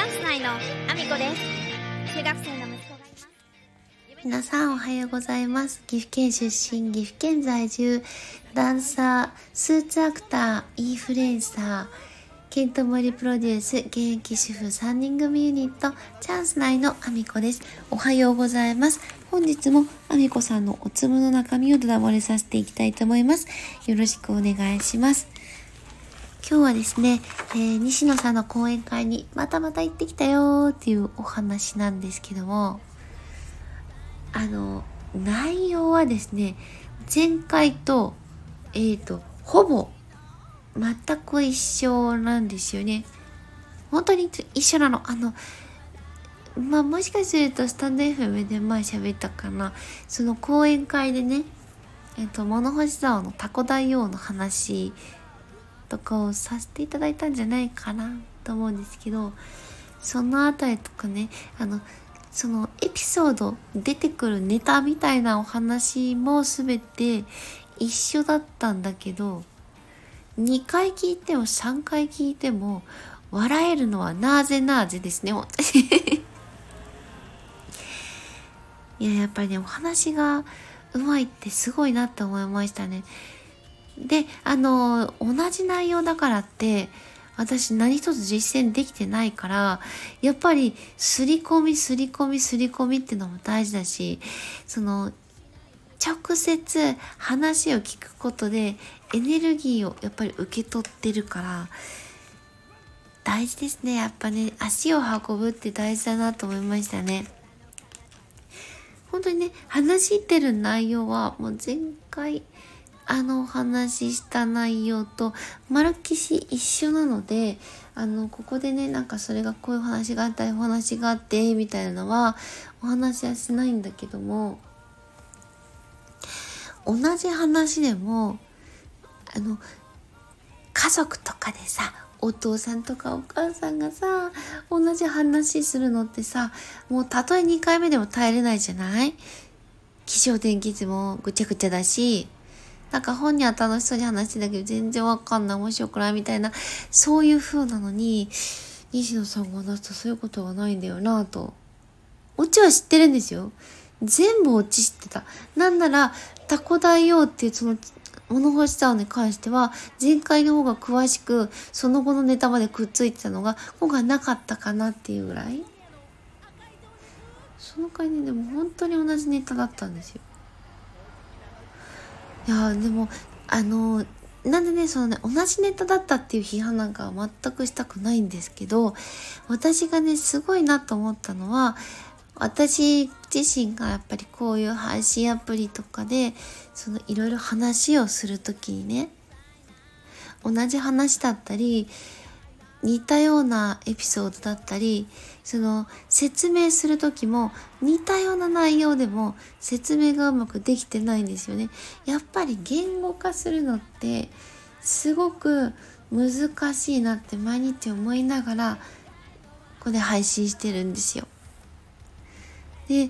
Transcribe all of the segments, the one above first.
ャンス内のアミコです。中学生の息子がいます。 皆さんおはようございます。岐阜県出身、岐阜県在住、ダンサー、スーツアクター、インフルエンサー、ケントモリプロデュース、現役主婦3人組ユニット、チャンス内のアミコです。おはようございます。本日もアミコさんのおつむの中身をだだ漏れさせていきたいと思います。よろしくお願いします。今日はですね、西野さんの講演会にまた行ってきたよーっていうお話なんですけども、内容はですね、前回と、ほぼ全く一緒なんですよね。本当に一緒なの。もしかするとスタンド FM で前喋ったかな。その講演会でね、物干し竿のタコ大王の話とかをさせていただいたんじゃないかなと思うんですけど、そのあたりとかね、そのエピソード出てくるネタみたいなお話もすべて一緒だったんだけど、2回聞いても3回聞いても笑えるのはなぜですね、本当にいや、やっぱりね、お話がうまいってすごいなって思いましたね。で、同じ内容だからって私何一つ実践できてないから、やっぱりすり込みっていうのも大事だし、その直接話を聞くことでエネルギーをやっぱり受け取ってるから大事ですね。やっぱね、足を運ぶって大事だなと思いましたね。本当にね、話してる内容はもう前回お話しした内容とまるっきし一緒なので、ここでね、なんかそれがこういう話があったりお話があってみたいなのはお話はしないんだけども、同じ話でも家族とかでさ、お父さんとかお母さんがさ、同じ話するのってさ、もうたとえ2回目でも耐えれないじゃない？起承転結もぐちゃぐちゃだし、なんか本人は楽しそうに話してたけど全然わかんない、面白くないみたいな、そういう風なのに、西野さんが話すとそういうことはないんだよなと。オチは知ってるんですよ。全部オチ知ってた。なんなら、タコ大王っていうその物干し竿に関しては、前回の方が詳しく、その後のネタまでくっついてたのが、今回なかったかなっていうぐらい。その回ね、でも本当に同じネタだったんですよ。いやでもなんでね、そのね、同じネタだったっていう批判なんかは全くしたくないんですけど、私がね、すごいなと思ったのは、私自身がやっぱりこういう配信アプリとかで、そのいろいろ話をするときにね、同じ話だったり、似たようなエピソードだったり、その説明する時も似たような内容でも説明がうまくできてないんですよね。やっぱり言語化するのってすごく難しいなって毎日思いながらここで配信してるんですよ。で、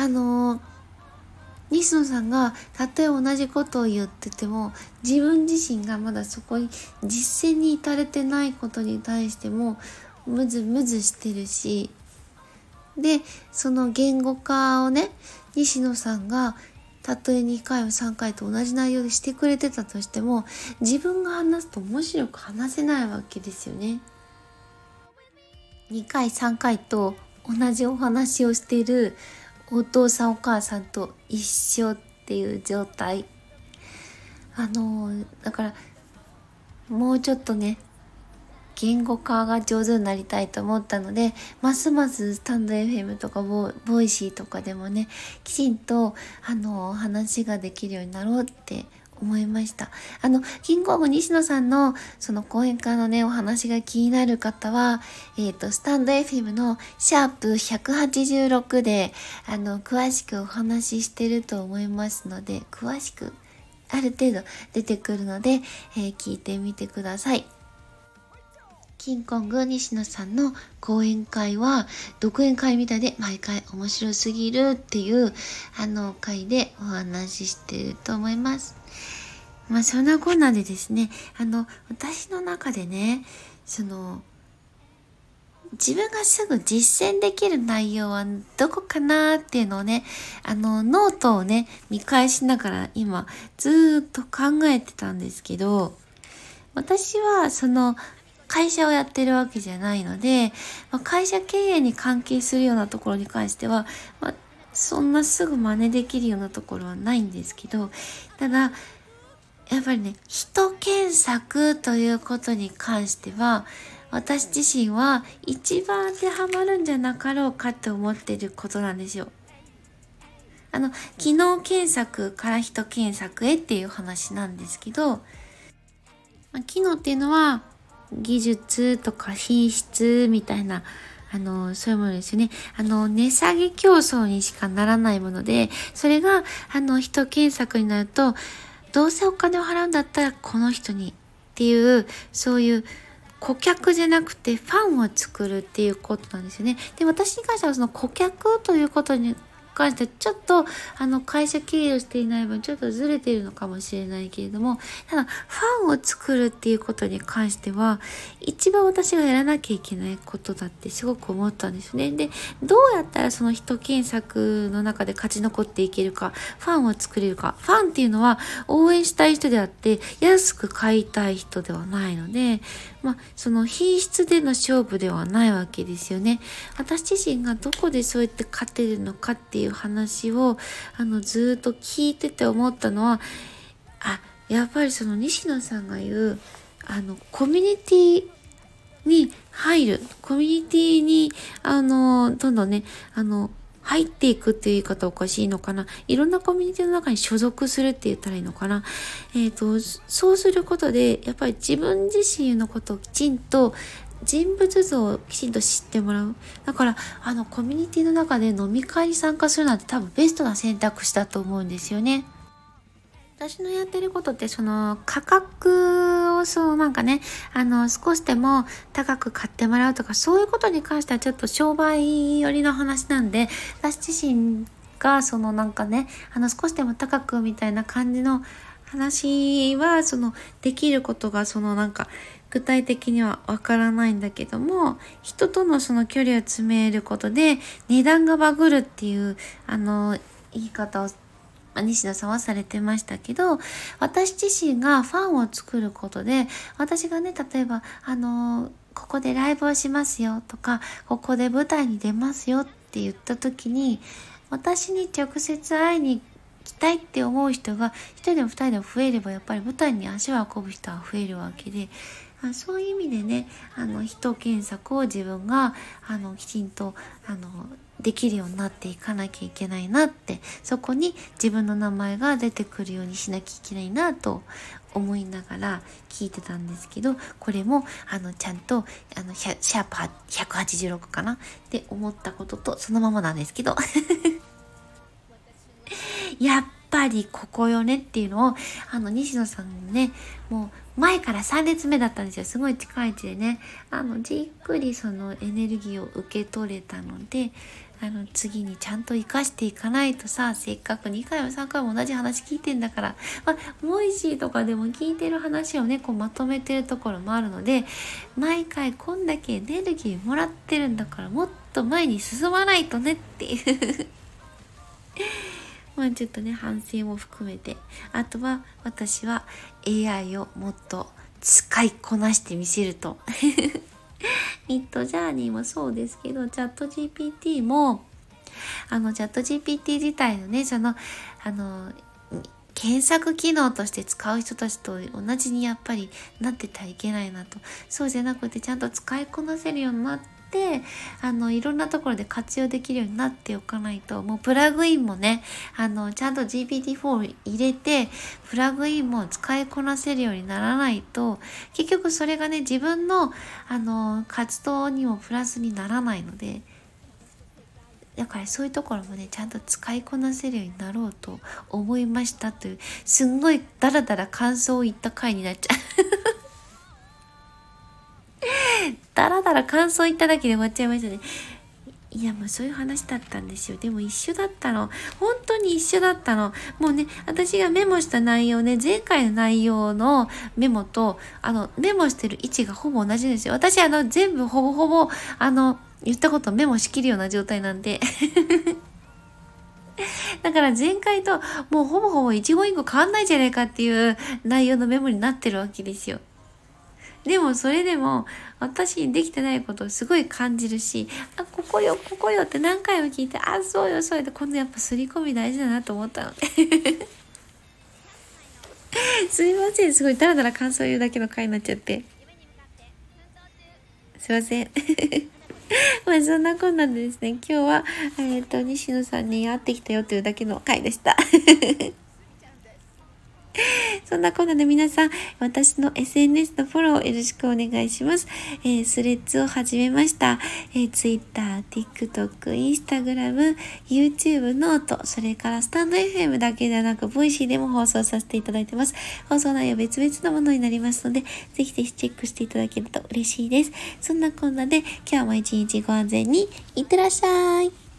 西野さんがたとえ同じことを言ってても、自分自身がまだそこに実践に至れてないことに対してもムズムズしてるし、でその言語化をね、西野さんがたとえ2回も3回と同じ内容でしてくれてたとしても、自分が話すと面白く話せないわけですよね。2回3回と同じお話をしているお父さんお母さんと一緒っていう状態。だからもうちょっとね、言語化が上手になりたいと思ったので、ますますスタンド FM とかボイシーとかでもね、きちんと話ができるようになろうって思いました。キングオブ西野さんのその講演会のね、お話が気になる方は、スタンド FM のシャープ186で、詳しくお話ししてると思いますので、詳しくある程度出てくるので、聞いてみてください。キンコング西野さんの講演会は独演会みたいで毎回面白すぎるっていう回でお話ししていると思います。そんなこんなでですね、私の中でね、 自分がすぐ実践できる内容はどこかなっていうのをね、ノートをね、見返しながら今ずーっと考えてたんですけど、私はその会社をやってるわけじゃないので、会社経営に関係するようなところに関しては、そんなすぐ真似できるようなところはないんですけど、ただ、やっぱりね、人検索ということに関しては、私自身は一番当てはまるんじゃなかろうかと思っていることなんですよ。機能検索から人検索へっていう話なんですけど、機能っていうのは技術とか品質みたいな、そういうものですよね。値下げ競争にしかならないもので、それが、人検索になると、どうせお金を払うんだったらこの人にっていう、そういう顧客じゃなくてファンを作るっていうことなんですよね。で、私に関してはその顧客ということに関してちょっと会社経営をしていない分ちょっとずれているのかもしれないけれども、ただファンを作るっていうことに関しては一番私がやらなきゃいけないことだってすごく思ったんですね。で、どうやったらその人検索の中で勝ち残っていけるか、ファンを作れるか。ファンっていうのは応援したい人であって安く買いたい人ではないので、その品質での勝負ではないわけですよね。私自身がどこでそうやって勝てるのかっていう話をずっと聞いてて思ったのは、やっぱりその西野さんが言うコミュニティに入る、コミュニティにどんどんね入っていくっていう言い方おかしいのかな。いろんなコミュニティの中に所属するって言ったらいいのかな。そうすることで、やっぱり自分自身のことをきちんと、人物像をきちんと知ってもらう。だから、コミュニティの中で飲み会に参加するなんて多分ベストな選択肢だと思うんですよね。私のやってることってその価格を少しでも高く買ってもらうとかそういうことに関してはちょっと商売寄りの話なんで、私自身が少しでも高くみたいな感じの話はできることが具体的にはわからないんだけども、人とのその距離を詰めることで値段がバグるっていう言い方を西野さんはされてましたけど、私自身がファンを作ることで、私がね、例えば、ここでライブをしますよとか、ここで舞台に出ますよって言った時に、私に直接会いに来たいって思う人が一人でも二人でも増えれば、やっぱり舞台に足を運ぶ人は増えるわけで、そういう意味でね、人検索を自分がきちんとできるようになっていかなきゃいけないなって、そこに自分の名前が出てくるようにしなきゃいけないなと思いながら聞いてたんですけど、これもちゃんとシャープ186かなって思ったこととそのままなんですけどやっぱりここよねっていうのを西野さんね、もう前から3列目だったんですよ。すごい近い位置でね、じっくりそのエネルギーを受け取れたので、次にちゃんと活かしていかないとさ、せっかく2回も3回も同じ話聞いてんだから、ボイシーとかでも聞いてる話をね、まとめてるところもあるので、毎回こんだけエネルギーもらってるんだから、もっと前に進まないとねっていうちょっとね、反省も含めて、あとは私は AI をもっと使いこなしてみせるとミッドジャーニーもそうですけど、チャット GPT もチャット GPT 自体のね、検索機能として使う人たちと同じにやっぱりなってたらいけないなと。そうじゃなくてちゃんと使いこなせるようになっていろんなところで活用できるようになっておかないと、もうプラグインもね、ちゃんと GPT-4 入れてプラグインも使いこなせるようにならないと、結局それがね、自分の活動にもプラスにならないので、だからそういうところもね、ちゃんと使いこなせるようになろうと思いましたという、すんごいダラダラ感想を言った回になっちゃうダラダラ感想言っただけで終わっちゃいましたね。 いやもうそういう話だったんですよ。でも一緒だったの。本当に一緒だったの。もうね、私がメモした内容ね、前回の内容のメモと、メモしてる位置がほぼ同じですよ。私全部ほぼほぼ、言ったことメモしきるような状態なんで。だから前回ともうほぼほぼ一語一句変わんないじゃないかっていう内容のメモになってるわけですよ。でもそれでも私にできてないことをすごい感じるし、あ、ここよ、ここよって何回も聞いて、あ、そうよ、そうよって、今度やっぱ刷り込み大事だなと思ったの。すいません、すごいダラダラ感想言うだけの回になっちゃって。すいません。まあそんなこんなんでですね、今日は、西野さんに会ってきたよというだけの回でした。そんなこんなで皆さん、私の SNS のフォローをよろしくお願いします。スレッズを始めました。Twitter、TikTok、Instagram、YouTube、ノート、それからスタンド FM だけではなく、ボイシーでも放送させていただいてます。放送内容別々のものになりますので、ぜひぜひチェックしていただけると嬉しいです。そんなこんなで、今日も一日ご安全にいってらっしゃい。